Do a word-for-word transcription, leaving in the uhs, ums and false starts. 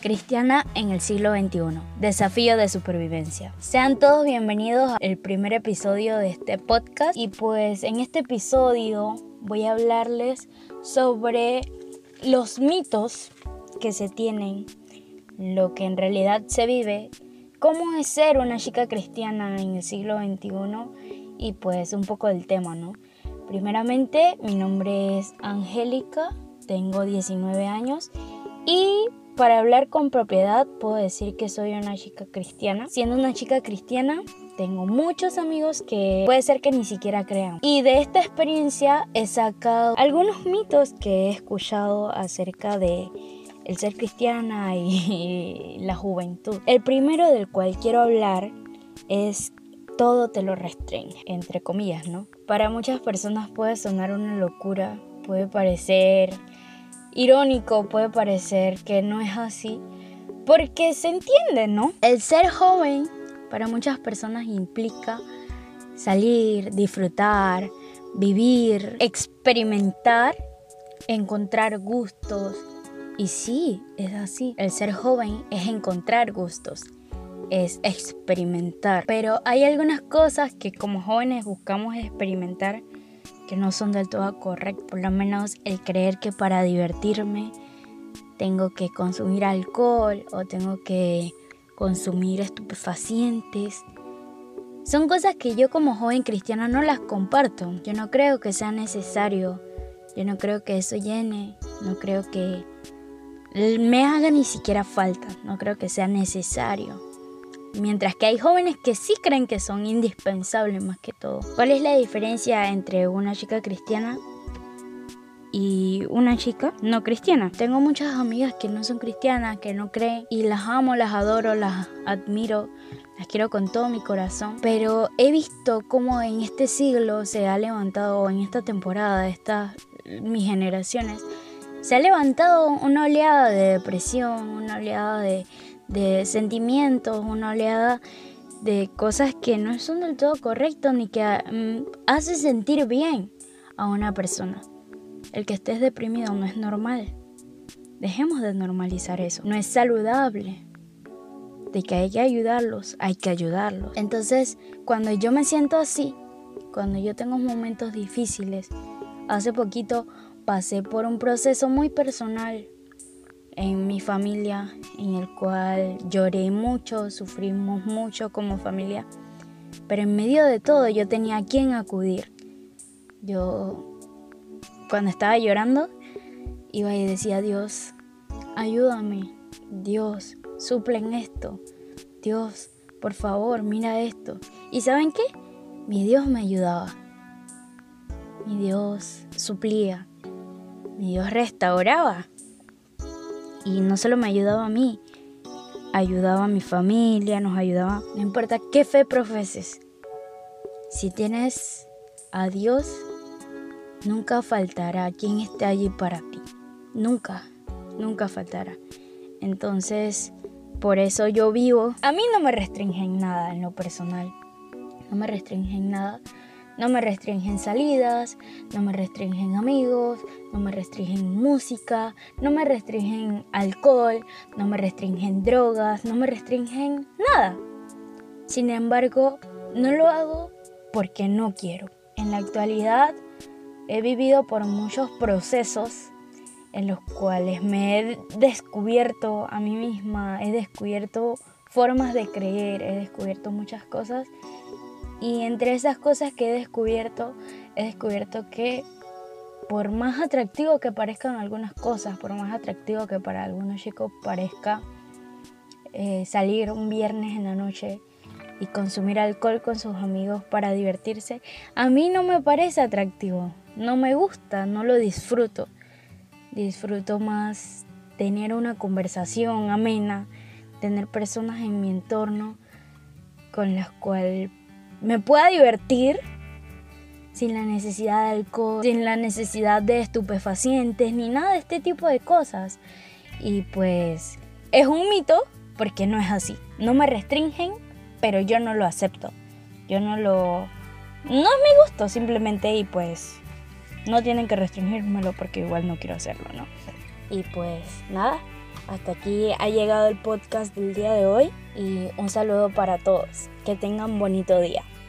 Cristiana en el siglo veintiuno. Desafío de supervivencia. Sean todos bienvenidos al primer episodio de este podcast. Y pues en este episodio voy a hablarles sobre los mitos que se tienen, lo que en realidad se vive, cómo es ser una chica cristiana en el siglo veintiuno y pues un poco del tema, ¿no? Primeramente, mi nombre es Angélica, tengo diecinueve años y para hablar con propiedad puedo decir que soy una chica cristiana. Siendo una chica cristiana, tengo muchos amigos que puede ser que ni siquiera crean. Y de esta experiencia he sacado algunos mitos que he escuchado acerca de el ser cristiana y la juventud. El primero del cual quiero hablar es todo te lo restringe, entre comillas, ¿no? Para muchas personas puede sonar una locura, puede parecer irónico, puede parecer que no es así, porque se entiende, ¿no? El ser joven para muchas personas implica salir, disfrutar, vivir, experimentar, encontrar gustos. Y sí, es así. El ser joven es encontrar gustos, es experimentar. Pero hay algunas cosas que como jóvenes buscamos experimentar que no son del todo correctas. Por lo menos el creer que para divertirme tengo que consumir alcohol o tengo que consumir estupefacientes. Son cosas que yo como joven cristiana no las comparto. Yo no creo que sea necesario. Yo no creo que eso llene. No creo que me haga ni siquiera falta. No creo que sea necesario. Mientras que hay jóvenes que sí creen que son indispensables más que todo. ¿Cuál es la diferencia entre una chica cristiana y una chica no cristiana? Tengo muchas amigas que no son cristianas, que no creen, y las amo, las adoro, las admiro, las quiero con todo mi corazón. Pero he visto cómo en este siglo se ha levantado, en esta temporada, estas mis generaciones, se ha levantado una oleada de depresión, una oleada de de sentimientos, una oleada de cosas que no son del todo correctas ni que um, hace sentir bien a una persona. El que estés deprimido no es normal. Dejemos de normalizar eso. No es saludable. De que hay que ayudarlos, hay que ayudarlos. Entonces, cuando yo me siento así, cuando yo tengo momentos difíciles, hace poquito pasé por un proceso muy personal en mi familia, en el cual lloré mucho, sufrimos mucho como familia, pero en medio de todo yo tenía a quién acudir. Yo, cuando estaba llorando, iba y decía: Dios, ayúdame, Dios, suple en esto, Dios, por favor, mira esto. ¿Y saben qué? Mi Dios me ayudaba, mi Dios suplía, mi Dios restauraba. Y no solo me ayudaba a mí, ayudaba a mi familia, nos ayudaba. No importa qué fe profeses, si tienes a Dios, nunca faltará quien esté allí para ti. Nunca, nunca faltará. Entonces, por eso yo vivo. A mí no me restringen nada en lo personal. No me restringen nada. No me restringen salidas, no me restringen amigos, no me restringen música, no me restringen alcohol, no me restringen drogas, no me restringen nada. Sin embargo, no lo hago porque no quiero. En la actualidad he vivido por muchos procesos en los cuales me he descubierto a mí misma, he descubierto formas de creer, he descubierto muchas cosas. Y entre esas cosas que he descubierto, he descubierto que por más atractivo que parezcan algunas cosas, por más atractivo que para algunos chicos parezca eh, salir un viernes en la noche y consumir alcohol con sus amigos para divertirse, a mí no me parece atractivo, no me gusta, no lo disfruto. Disfruto más tener una conversación amena, tener personas en mi entorno con las cuales me pueda divertir sin la necesidad de alcohol, sin la necesidad de estupefacientes, ni nada de este tipo de cosas. Y pues es un mito porque no es así. No me restringen, pero yo no lo acepto. Yo no lo... No es mi gusto simplemente y pues no tienen que restringírmelo porque igual no quiero hacerlo, ¿no? Y pues nada, hasta aquí ha llegado el podcast del día de hoy y un saludo para todos. Que tengan bonito día.